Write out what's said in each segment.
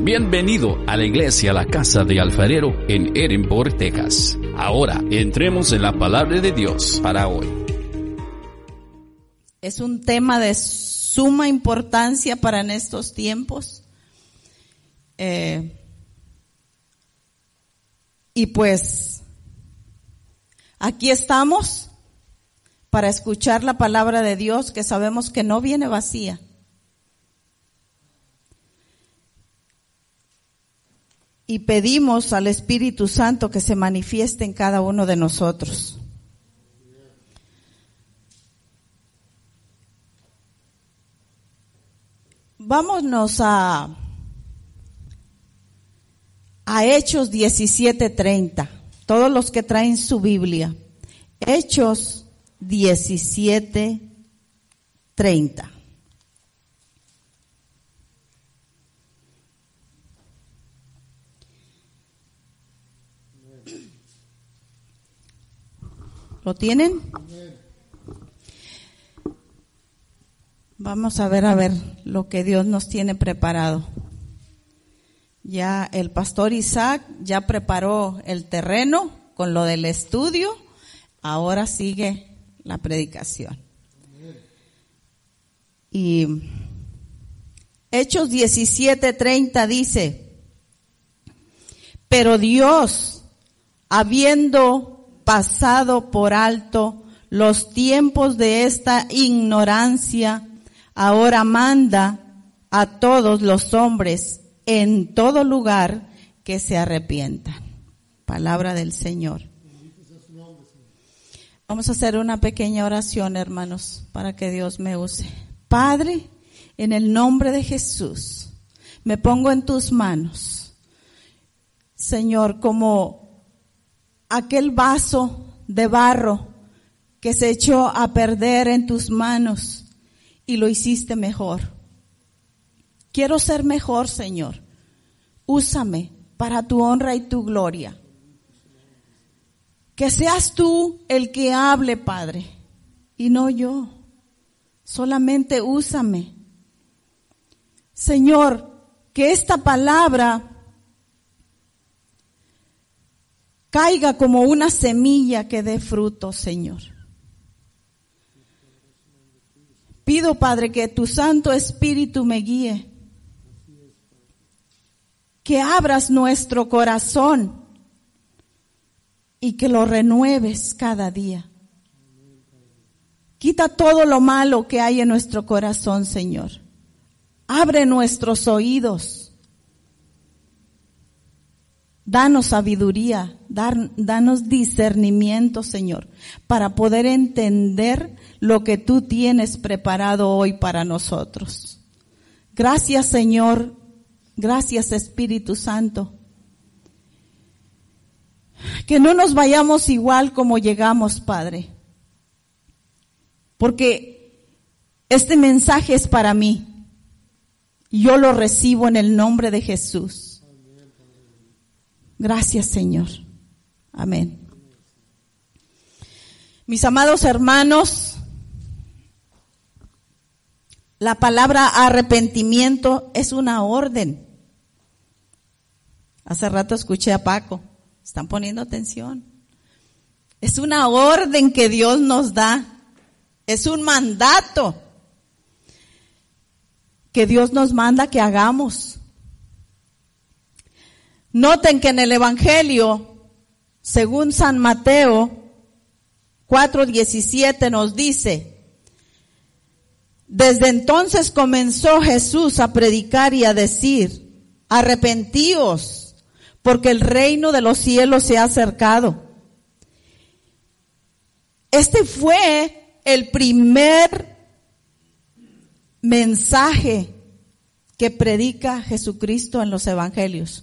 Bienvenido a la iglesia La Casa de Alfarero en Edinburgh, Texas. Ahora entremos en la palabra de Dios para hoy. Es un tema de suma importancia para en estos tiempos. Y pues aquí estamos para escuchar la palabra de Dios, que sabemos que no viene vacía. Y pedimos al Espíritu Santo que se manifieste en cada uno de nosotros. Vámonos a Hechos 17:30. Todos los que traen su Biblia. Hechos 17:30. ¿Lo tienen? Vamos a ver lo que Dios nos tiene preparado. Ya el pastor Isaac ya preparó el terreno con lo del estudio. Ahora sigue la predicación. Y Hechos 17:30 dice: pero Dios, habiendo pasado por alto los tiempos de esta ignorancia, ahora manda a todos los hombres en todo lugar que se arrepientan. Palabra del Señor. Vamos a hacer una pequeña oración, hermanos, para que Dios me use. Padre, en el nombre de Jesús, me pongo en tus manos. Señor, como aquel vaso de barro que se echó a perder en tus manos y lo hiciste mejor. Quiero ser mejor, Señor. Úsame para tu honra y tu gloria. Que seas tú el que hable, Padre, y no yo. Solamente úsame. Señor, que esta palabra caiga como una semilla que dé fruto, Señor. Pido, Padre, que tu Santo Espíritu me guíe. Que abras nuestro corazón y que lo renueves cada día. Quita todo lo malo que hay en nuestro corazón, Señor. Abre nuestros oídos. Danos sabiduría, danos discernimiento, Señor, para poder entender lo que tú tienes preparado hoy para nosotros. Gracias, Señor. Gracias, Espíritu Santo. Que no nos vayamos igual como llegamos, Padre. Porque este mensaje es para mí. Yo lo recibo en el nombre de Jesús. Gracias, Señor. Amén. Mis amados hermanos, la palabra arrepentimiento es una orden. Hace rato escuché a Paco. ¿Están poniendo atención? Es una orden que Dios nos da. Es un mandato que Dios nos manda que hagamos. Noten que en el Evangelio, según San Mateo 4:17 nos dice: desde entonces comenzó Jesús a predicar y a decir: arrepentíos, porque el reino de los cielos se ha acercado. Este fue el primer mensaje que predica Jesucristo en los evangelios.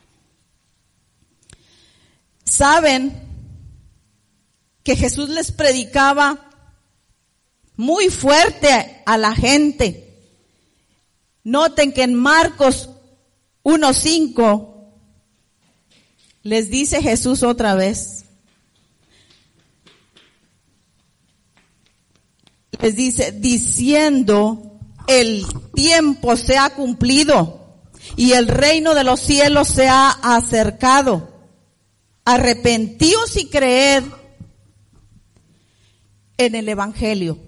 Saben que Jesús les predicaba muy fuerte a la gente. Noten que en Marcos 1:5 les dice Jesús otra vez. Les dice, diciendo, el tiempo se ha cumplido y el reino de los cielos se ha acercado. Arrepentíos y creed en el evangelio.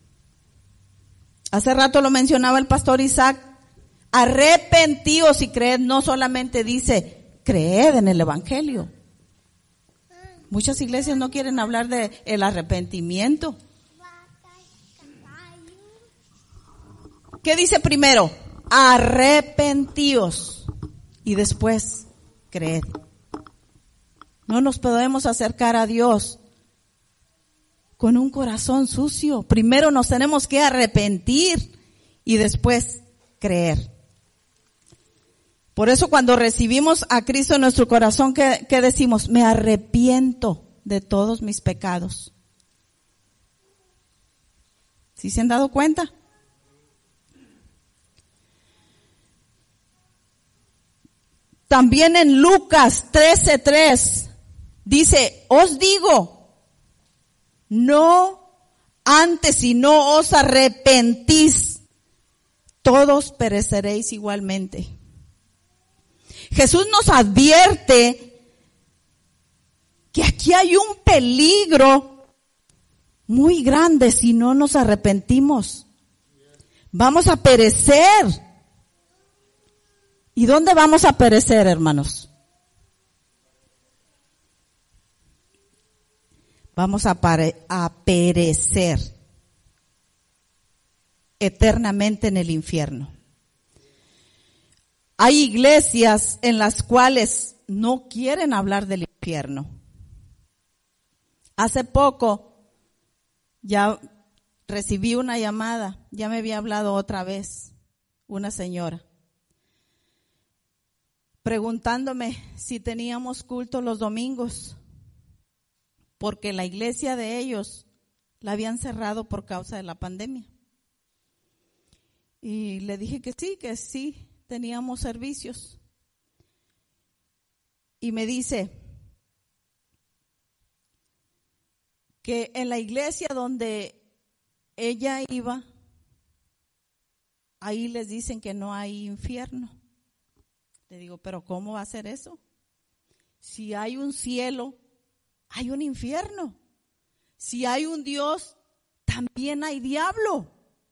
Hace rato lo mencionaba el pastor Isaac. Arrepentíos y creed, no solamente dice creed en el evangelio. Muchas iglesias no quieren hablar de el arrepentimiento. ¿Qué dice primero? Arrepentíos y después creed. No nos podemos acercar a Dios con un corazón sucio. Primero nos tenemos que arrepentir y después creer. Por eso cuando recibimos a Cristo en nuestro corazón, ¿qué decimos? Me arrepiento de todos mis pecados. ¿Sí se han dado cuenta? También en Lucas 13:3 dice, os digo, no antes si no os arrepentís, todos pereceréis igualmente. Jesús nos advierte que aquí hay un peligro muy grande si no nos arrepentimos. Vamos a perecer. ¿Y dónde vamos a perecer, hermanos? Vamos a perecer eternamente en el infierno. Hay iglesias en las cuales no quieren hablar del infierno. Hace poco ya recibí una llamada, ya me había hablado otra vez una señora, preguntándome si teníamos culto los domingos, porque la iglesia de ellos la habían cerrado por causa de la pandemia. Y le dije que sí, teníamos servicios. Y me dice que en la iglesia donde ella iba, ahí les dicen que no hay infierno. Le digo, pero ¿cómo va a ser eso? Si hay un cielo, hay un infierno. Si hay un Dios, también hay diablo.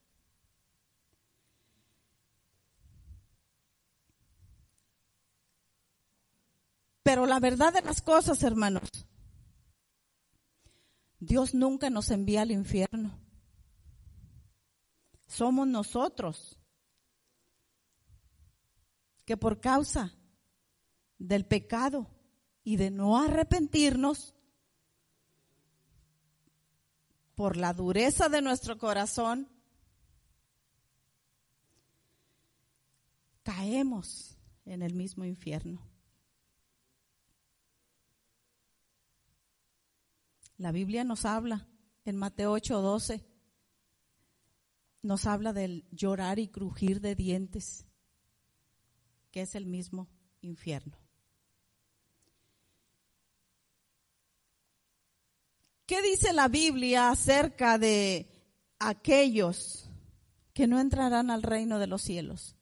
Pero la verdad de las cosas, hermanos, Dios nunca nos envía al infierno. Somos nosotros que por causa del pecado y de no arrepentirnos, por la dureza de nuestro corazón, caemos en el mismo infierno. La Biblia nos habla en Mateo 8:12, nos habla del llorar y crujir de dientes, que es el mismo infierno. ¿Qué dice la Biblia acerca de aquellos que no entrarán al reino de los cielos?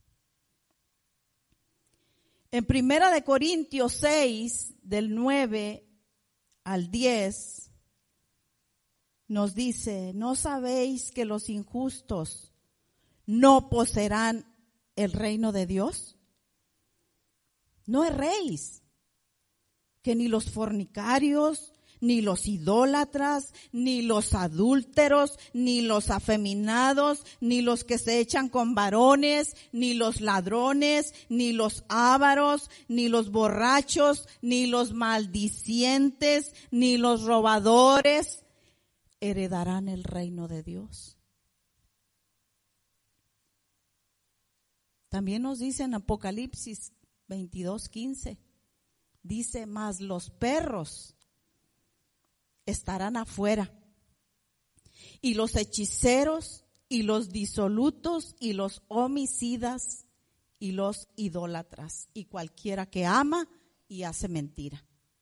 En 1 Corintios 6, del 9 al 10, nos dice, ¿no sabéis que los injustos no poseerán el reino de Dios? No erréis, que ni los fornicarios, ni los idólatras, ni los adúlteros, ni los afeminados, ni los que se echan con varones, ni los ladrones, ni los ávaros, ni los borrachos, ni los maldicientes, ni los robadores heredarán el reino de Dios. También nos dice en Apocalipsis 22:15, dice, mas los perros estarán afuera, y los hechiceros, y los disolutos, y los homicidas, y los idólatras, y cualquiera que ama y hace mentira.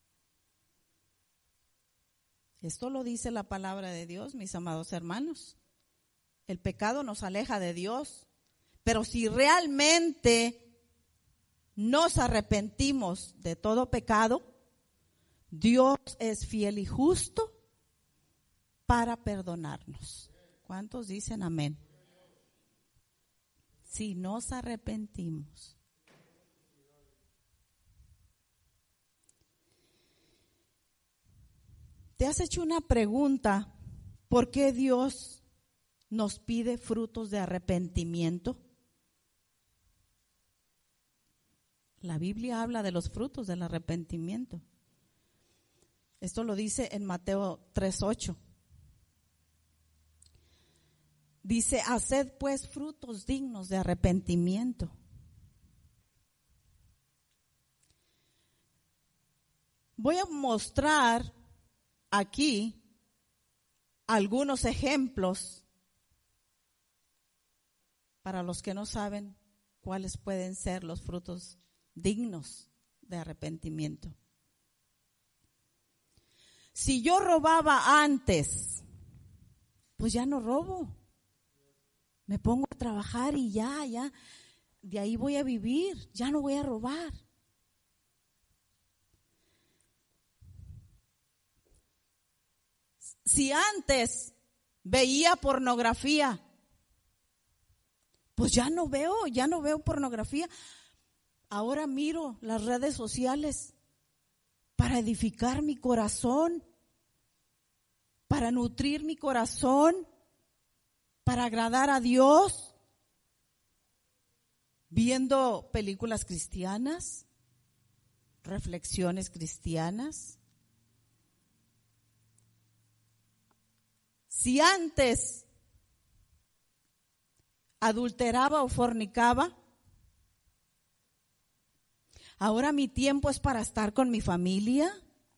Esto lo dice la palabra de Dios, mis amados hermanos. El pecado nos aleja de Dios, pero si realmente nos arrepentimos de todo pecado, Dios es fiel y justo para perdonarnos. ¿Cuántos dicen amén? Si nos arrepentimos. ¿Te has hecho una pregunta? ¿Por qué Dios nos pide frutos de arrepentimiento? La Biblia habla de los frutos del arrepentimiento. Esto lo dice en Mateo 3:8. Dice, haced pues frutos dignos de arrepentimiento. Voy a mostrar aquí algunos ejemplos para los que no saben cuáles pueden ser los frutos dignos de arrepentimiento. Si yo robaba antes, pues ya no robo. Me pongo a trabajar y ya, de ahí voy a vivir, ya no voy a robar. Si antes veía pornografía, pues ya no veo pornografía. Ahora miro las redes sociales para edificar mi corazón, para nutrir mi corazón, para agradar a Dios, viendo películas cristianas, reflexiones cristianas. Si antes adulteraba o fornicaba, ahora mi tiempo es para estar con mi familia,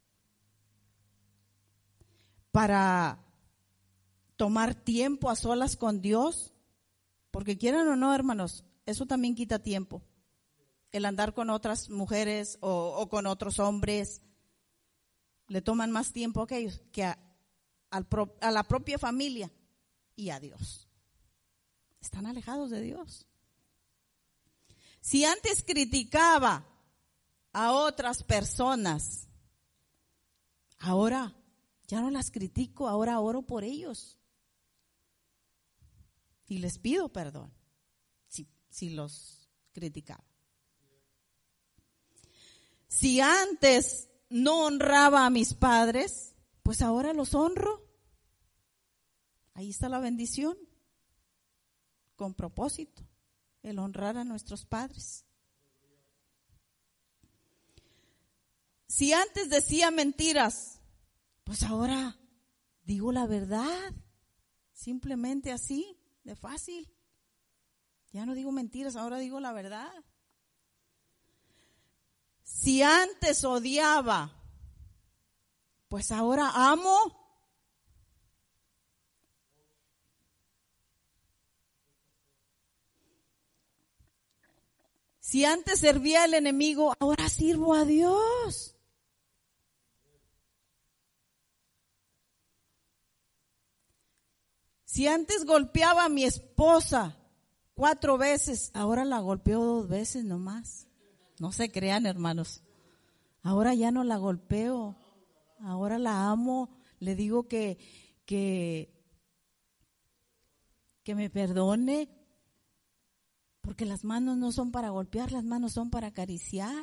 para tomar tiempo a solas con Dios, porque quieran o no, hermanos, eso también quita tiempo. El andar con otras mujeres o con otros hombres, le toman más tiempo a aquellos que a la propia familia y a Dios. Están alejados de Dios. Si antes criticaba a otras personas, ahora ya no las critico, ahora oro por ellos y les pido perdón si los criticaba. Si antes no honraba a mis padres, pues ahora los honro. Ahí está la bendición, con propósito, el honrar a nuestros padres. Si antes decía mentiras, pues ahora digo la verdad, simplemente así, de fácil. Ya no digo mentiras, ahora digo la verdad. Si antes odiaba, pues ahora amo. Si antes servía al enemigo, ahora sirvo a Dios. Si antes golpeaba a mi esposa 4 veces, ahora la golpeo 2 veces nomás. No se crean, hermanos. Ahora ya no la golpeo. Ahora la amo. Le digo que me perdone. Porque las manos no son para golpear, las manos son para acariciar.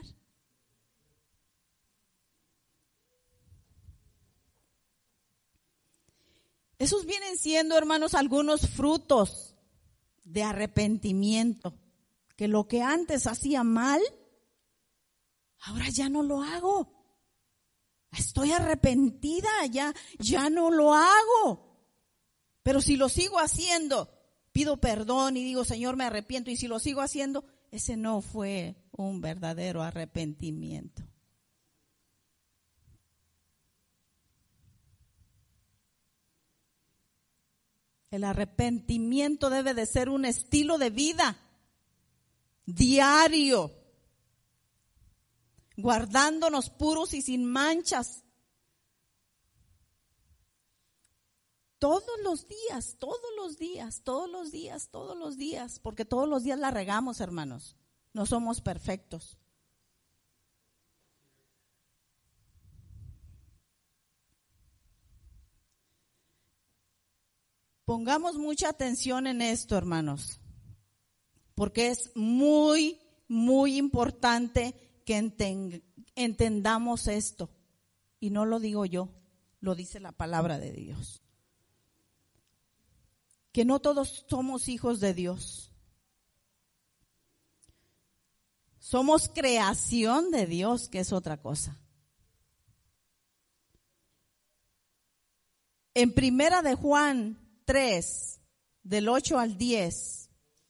Esos vienen siendo, hermanos, algunos frutos de arrepentimiento. Que lo que antes hacía mal, ahora ya no lo hago. Estoy arrepentida, ya no lo hago. Pero si lo sigo haciendo, pido perdón y digo, Señor, me arrepiento. Y si lo sigo haciendo, ese no fue un verdadero arrepentimiento. El arrepentimiento debe de ser un estilo de vida diario, guardándonos puros y sin manchas. Todos los días, porque todos los días la regamos, hermanos. No somos perfectos. Pongamos mucha atención en esto, hermanos, porque es muy, muy importante que entendamos esto. Y no lo digo yo, lo dice la palabra de Dios. Que no todos somos hijos de Dios. Somos creación de Dios, que es otra cosa. En Primera de Juan 3, del 8 al 10,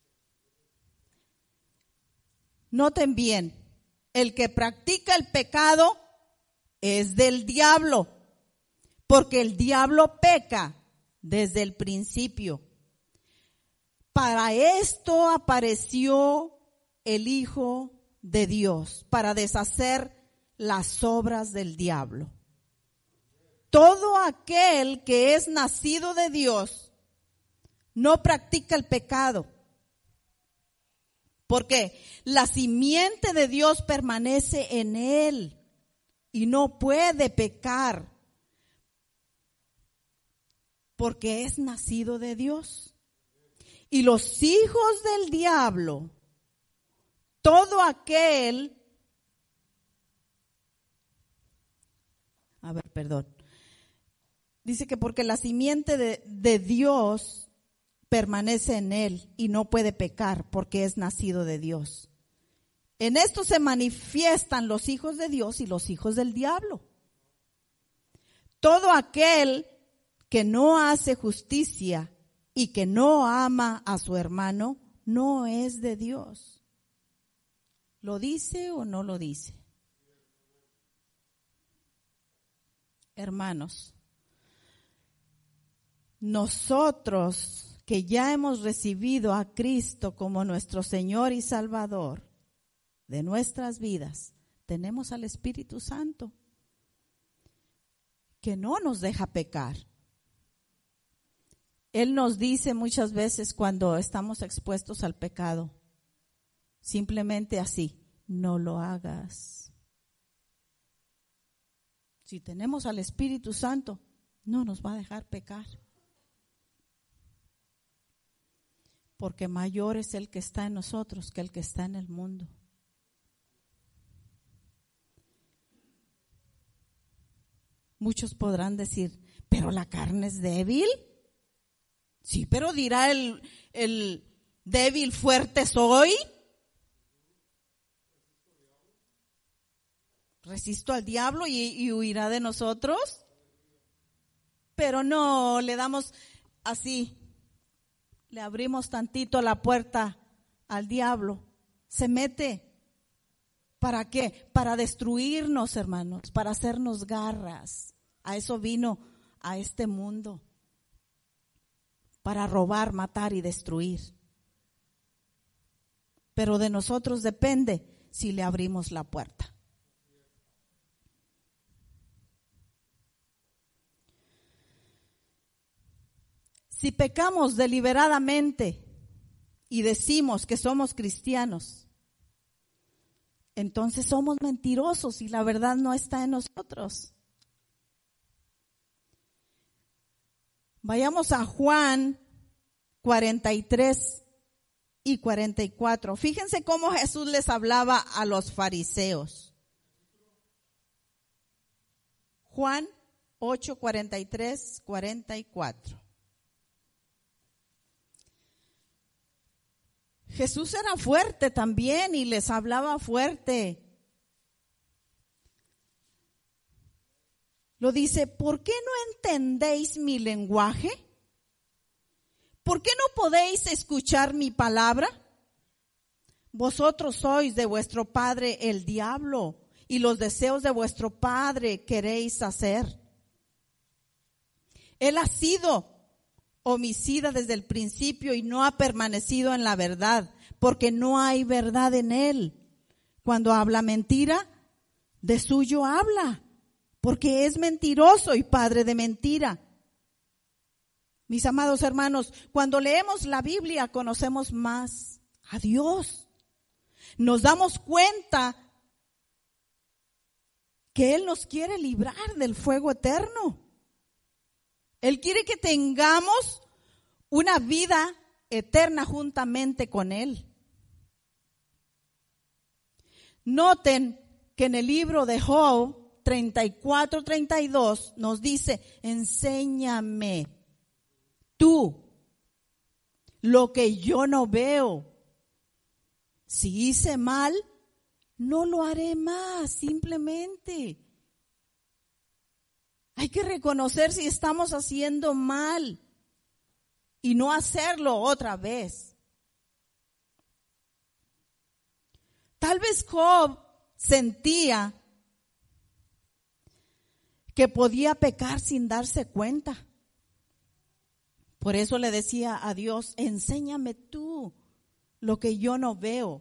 noten bien, el que practica el pecado es del diablo, porque el diablo peca desde el principio. Para esto apareció el Hijo de Dios, para deshacer las obras del diablo. Todo aquel que es nacido de Dios no practica el pecado, porque la simiente de Dios permanece en él y no puede pecar, porque es nacido de Dios. Y los hijos del diablo, todo aquel, dice que porque la simiente de Dios permanece en él y no puede pecar porque es nacido de Dios. En esto se manifiestan los hijos de Dios y los hijos del diablo. Todo aquel que no hace justicia y que no ama a su hermano no es de Dios. ¿Lo dice o no lo dice? Hermanos, nosotros que ya hemos recibido a Cristo como nuestro Señor y Salvador de nuestras vidas, tenemos al Espíritu Santo que no nos deja pecar. Él nos dice muchas veces cuando estamos expuestos al pecado, simplemente así, no lo hagas. Si tenemos al Espíritu Santo, no nos va a dejar pecar. Porque mayor es el que está en nosotros que el que está en el mundo. Muchos podrán decir, pero la carne es débil. Sí, pero dirá el débil, fuerte soy. Resisto al diablo y huirá de nosotros. Pero no, le damos así, le abrimos tantito la puerta al diablo. Se mete. ¿Para qué? Para destruirnos, hermanos, para hacernos garras. A eso vino a este mundo. Para robar, matar y destruir. Pero de nosotros depende si le abrimos la puerta. Si pecamos deliberadamente y decimos que somos cristianos, entonces somos mentirosos y la verdad no está en nosotros. Vayamos a Juan 43 y 44. Fíjense cómo Jesús les hablaba a los fariseos. Juan 8, 43, 44. Jesús era fuerte también y les hablaba fuerte. Lo dice, ¿por qué no entendéis mi lenguaje? ¿Por qué no podéis escuchar mi palabra? Vosotros sois de vuestro padre el diablo y los deseos de vuestro padre queréis hacer. Él ha sido homicida desde el principio y no ha permanecido en la verdad, porque no hay verdad en él. Cuando habla mentira, de suyo habla, porque es mentiroso y padre de mentira. Mis amados hermanos, cuando leemos la Biblia conocemos más a Dios. Nos damos cuenta que Él nos quiere librar del fuego eterno. Él quiere que tengamos una vida eterna juntamente con Él. Noten que en el libro de Job 34:32 nos dice: enséñame tú lo que yo no veo. Si hice mal, no lo haré más, simplemente. Hay que reconocer si estamos haciendo mal y no hacerlo otra vez. Tal vez Job sentía que podía pecar sin darse cuenta. Por eso le decía a Dios: enséñame tú lo que yo no veo.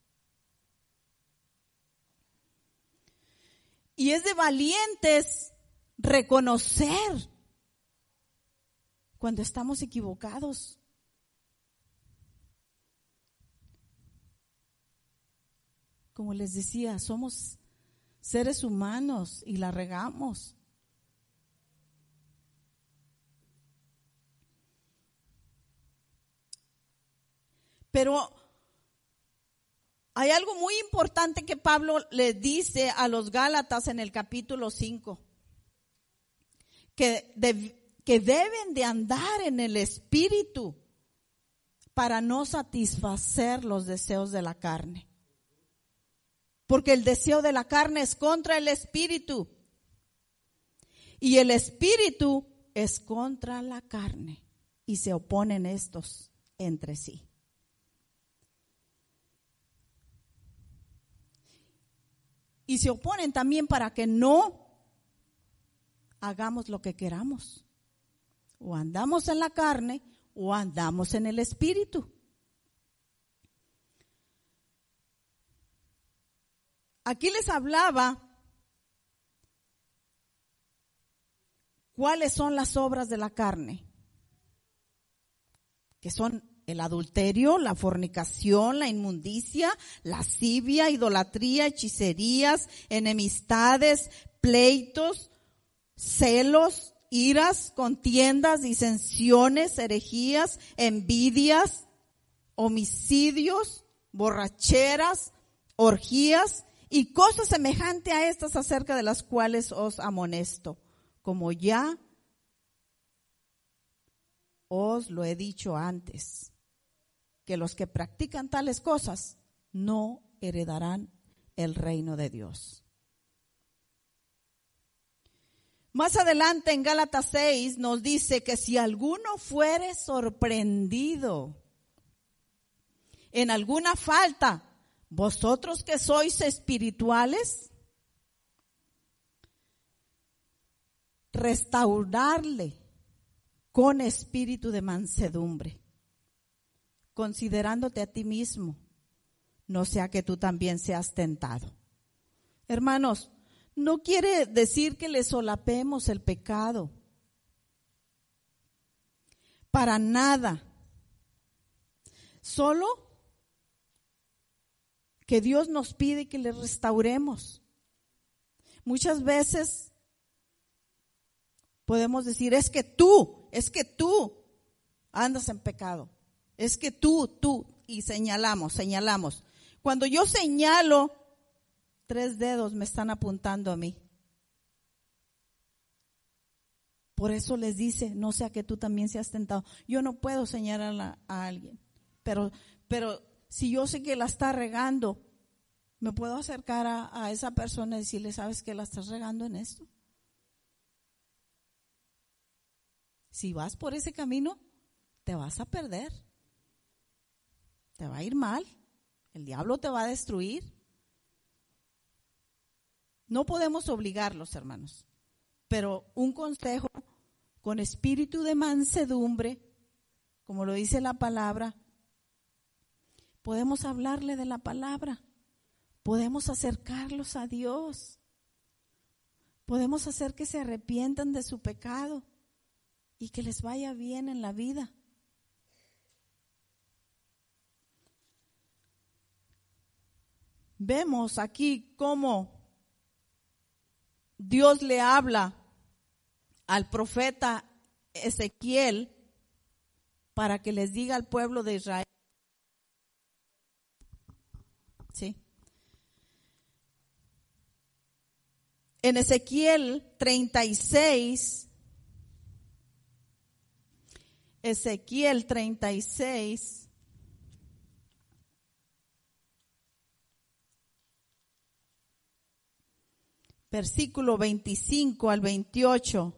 Y es de valientes reconocer cuando estamos equivocados. Como les decía, somos seres humanos y la regamos. Pero hay algo muy importante que Pablo le dice a los Gálatas en el capítulo 5, que deben de andar en el Espíritu para no satisfacer los deseos de la carne. Porque el deseo de la carne es contra el Espíritu y el Espíritu es contra la carne, y se oponen estos entre sí. Y se oponen también para que no hagamos lo que queramos. O andamos en la carne o andamos en el Espíritu. Aquí les hablaba cuáles son las obras de la carne, que son el adulterio, la fornicación, la inmundicia, lascivia, idolatría, hechicerías, enemistades, pleitos, celos, iras, contiendas, disensiones, herejías, envidias, homicidios, borracheras, orgías y cosas semejantes a estas, acerca de las cuales os amonesto, como ya os lo he dicho antes, que los que practican tales cosas no heredarán el reino de Dios. Más adelante en Gálatas 6 nos dice que si alguno fuere sorprendido en alguna falta, vosotros que sois espirituales, restaurarle con espíritu de mansedumbre, considerándote a ti mismo, no sea que tú también seas tentado. Hermanos, no quiere decir que le solapemos el pecado. Para nada. Solo que Dios nos pide que le restauremos. Muchas veces podemos decir: es que tú andas en pecado. Es que tú, y señalamos. Cuando yo señalo, 3 dedos me están apuntando a mí. Por eso les dice: no sea que tú también seas tentado. Yo no puedo señalar a alguien, pero si yo sé que la está regando, me puedo acercar a esa persona y decirle: ¿sabes que la estás regando en esto? Si vas por ese camino, te vas a perder. Te va a ir mal. El diablo te va a destruir. No podemos obligarlos, hermanos, pero un consejo con espíritu de mansedumbre, como lo dice la palabra, podemos hablarle de la palabra, podemos acercarlos a Dios, podemos hacer que se arrepientan de su pecado y que les vaya bien en la vida. Vemos aquí cómo Dios le habla al profeta Ezequiel para que les diga al pueblo de Israel. Sí. En Ezequiel 36, versículo 25 al 28.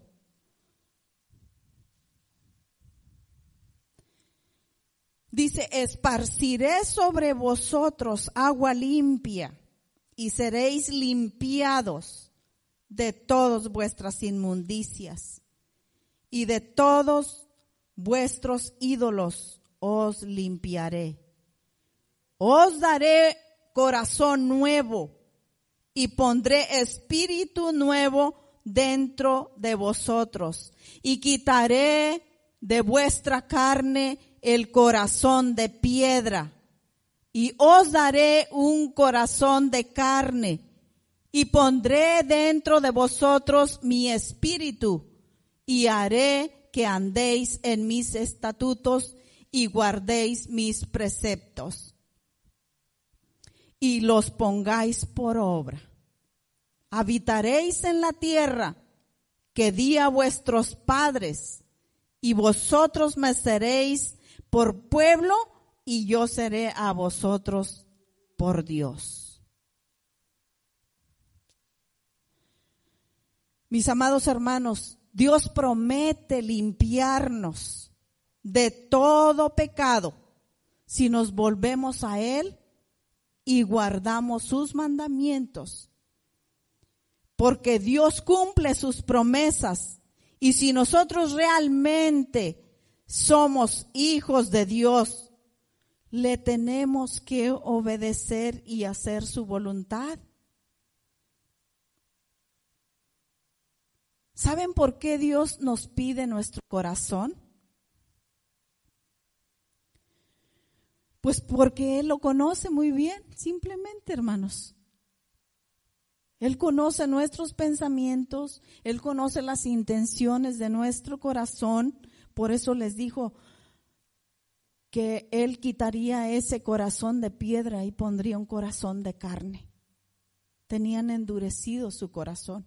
Dice, esparciré sobre vosotros agua limpia y seréis limpiados de todas vuestras inmundicias y de todos vuestros ídolos os limpiaré. Os daré corazón nuevo y pondré espíritu nuevo dentro de vosotros y quitaré de vuestra carne el corazón de piedra y os daré un corazón de carne y pondré dentro de vosotros mi espíritu y haré que andéis en mis estatutos y guardéis mis preceptos y los pongáis por obra. Habitaréis en la tierra que di a vuestros padres y vosotros me seréis por pueblo y yo seré a vosotros por Dios. Mis amados hermanos, Dios promete limpiarnos de todo pecado si nos volvemos a Él y guardamos sus mandamientos. Porque Dios cumple sus promesas y si nosotros realmente somos hijos de Dios, le tenemos que obedecer y hacer su voluntad. ¿Saben por qué Dios nos pide nuestro corazón? Pues porque Él lo conoce muy bien, simplemente, hermanos. Él conoce nuestros pensamientos, Él conoce las intenciones de nuestro corazón. Por eso les dijo que Él quitaría ese corazón de piedra y pondría un corazón de carne. Tenían endurecido su corazón.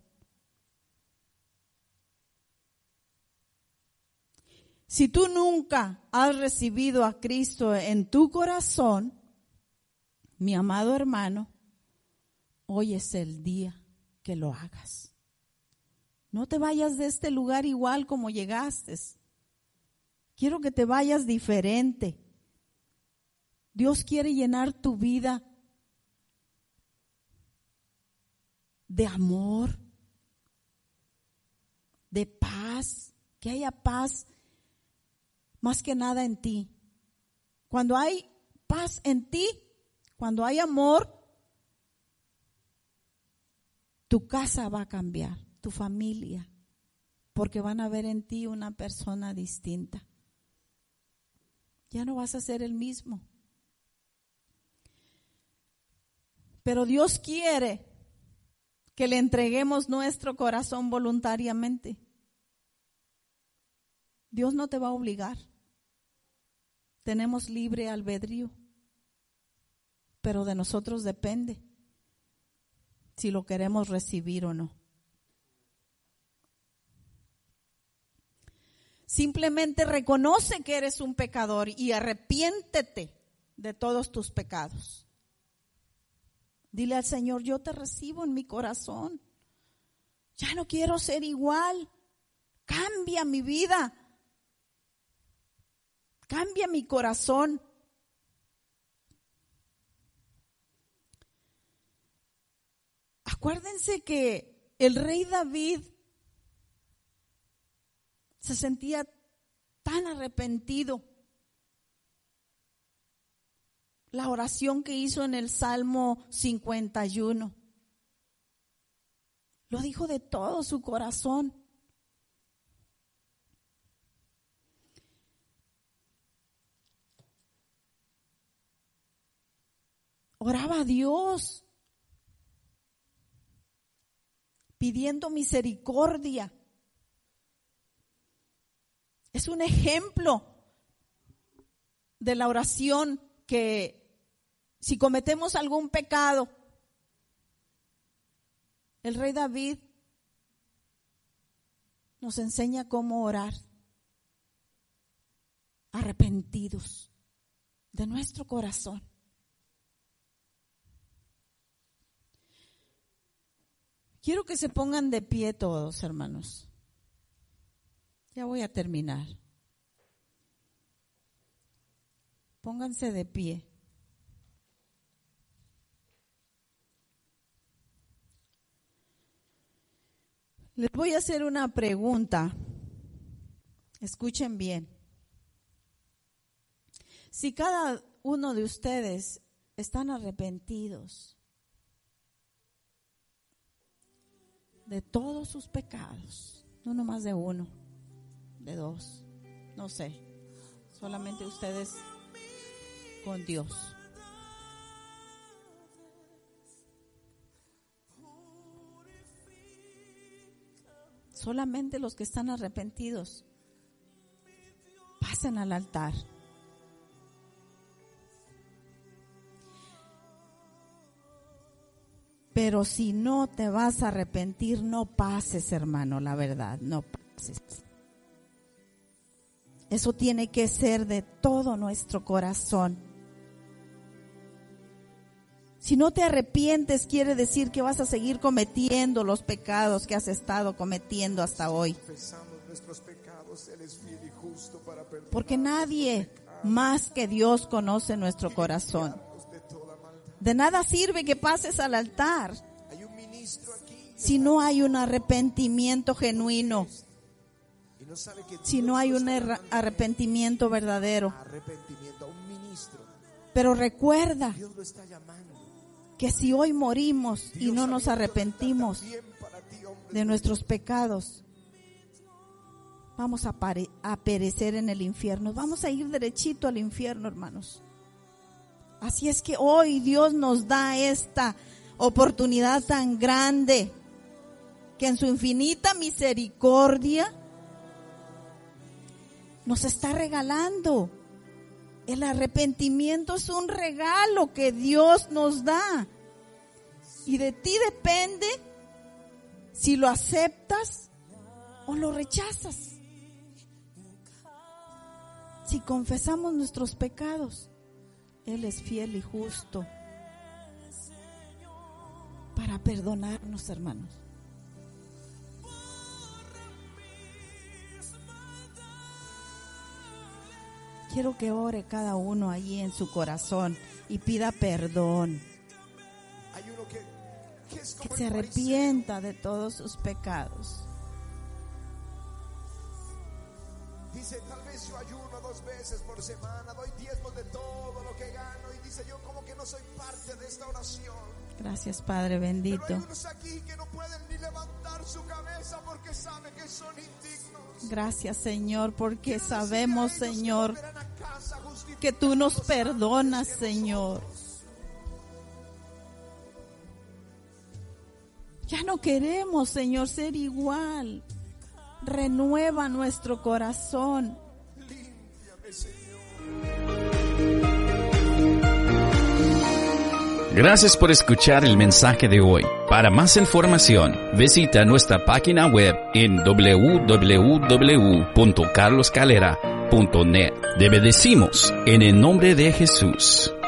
Si tú nunca has recibido a Cristo en tu corazón, mi amado hermano, hoy es el día que lo hagas. No te vayas de este lugar igual como llegaste. Quiero que te vayas diferente. Dios quiere llenar tu vida de amor, de paz, que haya paz más que nada en ti. Cuando hay paz en ti, cuando hay amor, tu casa va a cambiar, tu familia, porque van a ver en ti una persona distinta. Ya no vas a ser el mismo. Pero Dios quiere que le entreguemos nuestro corazón voluntariamente. Dios no te va a obligar. Tenemos libre albedrío, pero de nosotros depende si lo queremos recibir o no. Simplemente reconoce que eres un pecador y arrepiéntete de todos tus pecados. Dile al Señor, yo te recibo en mi corazón. Ya no quiero ser igual. Cambia mi vida. Cambia mi corazón. Acuérdense que el rey David se sentía tan arrepentido. La oración que hizo en el Salmo 51. Lo dijo de todo su corazón. Oraba a Dios, pidiendo misericordia. Es un ejemplo de la oración que si cometemos algún pecado, el rey David nos enseña cómo orar, arrepentidos de nuestro corazón. Quiero que se pongan de pie todos, hermanos. Ya voy a terminar. Pónganse de pie. Les voy a hacer una pregunta. Escuchen bien. Si cada uno de ustedes están arrepentidos de todos sus pecados, no nomás de uno, de dos, no sé, solamente ustedes con Dios. Solamente los que están arrepentidos pasen al altar. Pero si no te vas a arrepentir, no pases, hermano, la verdad, no pases. Eso tiene que ser de todo nuestro corazón. Si no te arrepientes, quiere decir que vas a seguir cometiendo los pecados que has estado cometiendo hasta hoy. Porque nadie más que Dios conoce nuestro corazón. De nada sirve que pases al altar si no hay un arrepentimiento genuino, si no hay un arrepentimiento verdadero. Pero recuerda que si hoy morimos y no nos arrepentimos de nuestros pecados, vamos a perecer en el infierno. Vamos a ir derechito al infierno, hermanos. Así es que hoy Dios nos da esta oportunidad tan grande, que en su infinita misericordia nos está regalando. El arrepentimiento es un regalo que Dios nos da. Y de ti depende si lo aceptas o lo rechazas. Si confesamos nuestros pecados, Él es fiel y justo para perdonarnos, hermanos. Quiero que ore cada uno allí en su corazón y pida perdón. Que se arrepienta de todos sus pecados. Dice, tal vez yo ayuno 2 veces por semana, doy diezmos de todo lo que gano, y dice, yo como que no soy parte de esta oración. Gracias, Padre bendito. Pero hay unos aquí que no pueden ni levantar su cabeza porque saben que son indignos. Gracias, Señor, porque sabemos, Señor, que tú nos perdonas, Señor. Ya no queremos, Señor, ser igual. Renueva nuestro corazón. Gracias por escuchar el mensaje de hoy. Para más información, visita nuestra página web en www.carloscalera.net. Te bendecimos en el nombre de Jesús.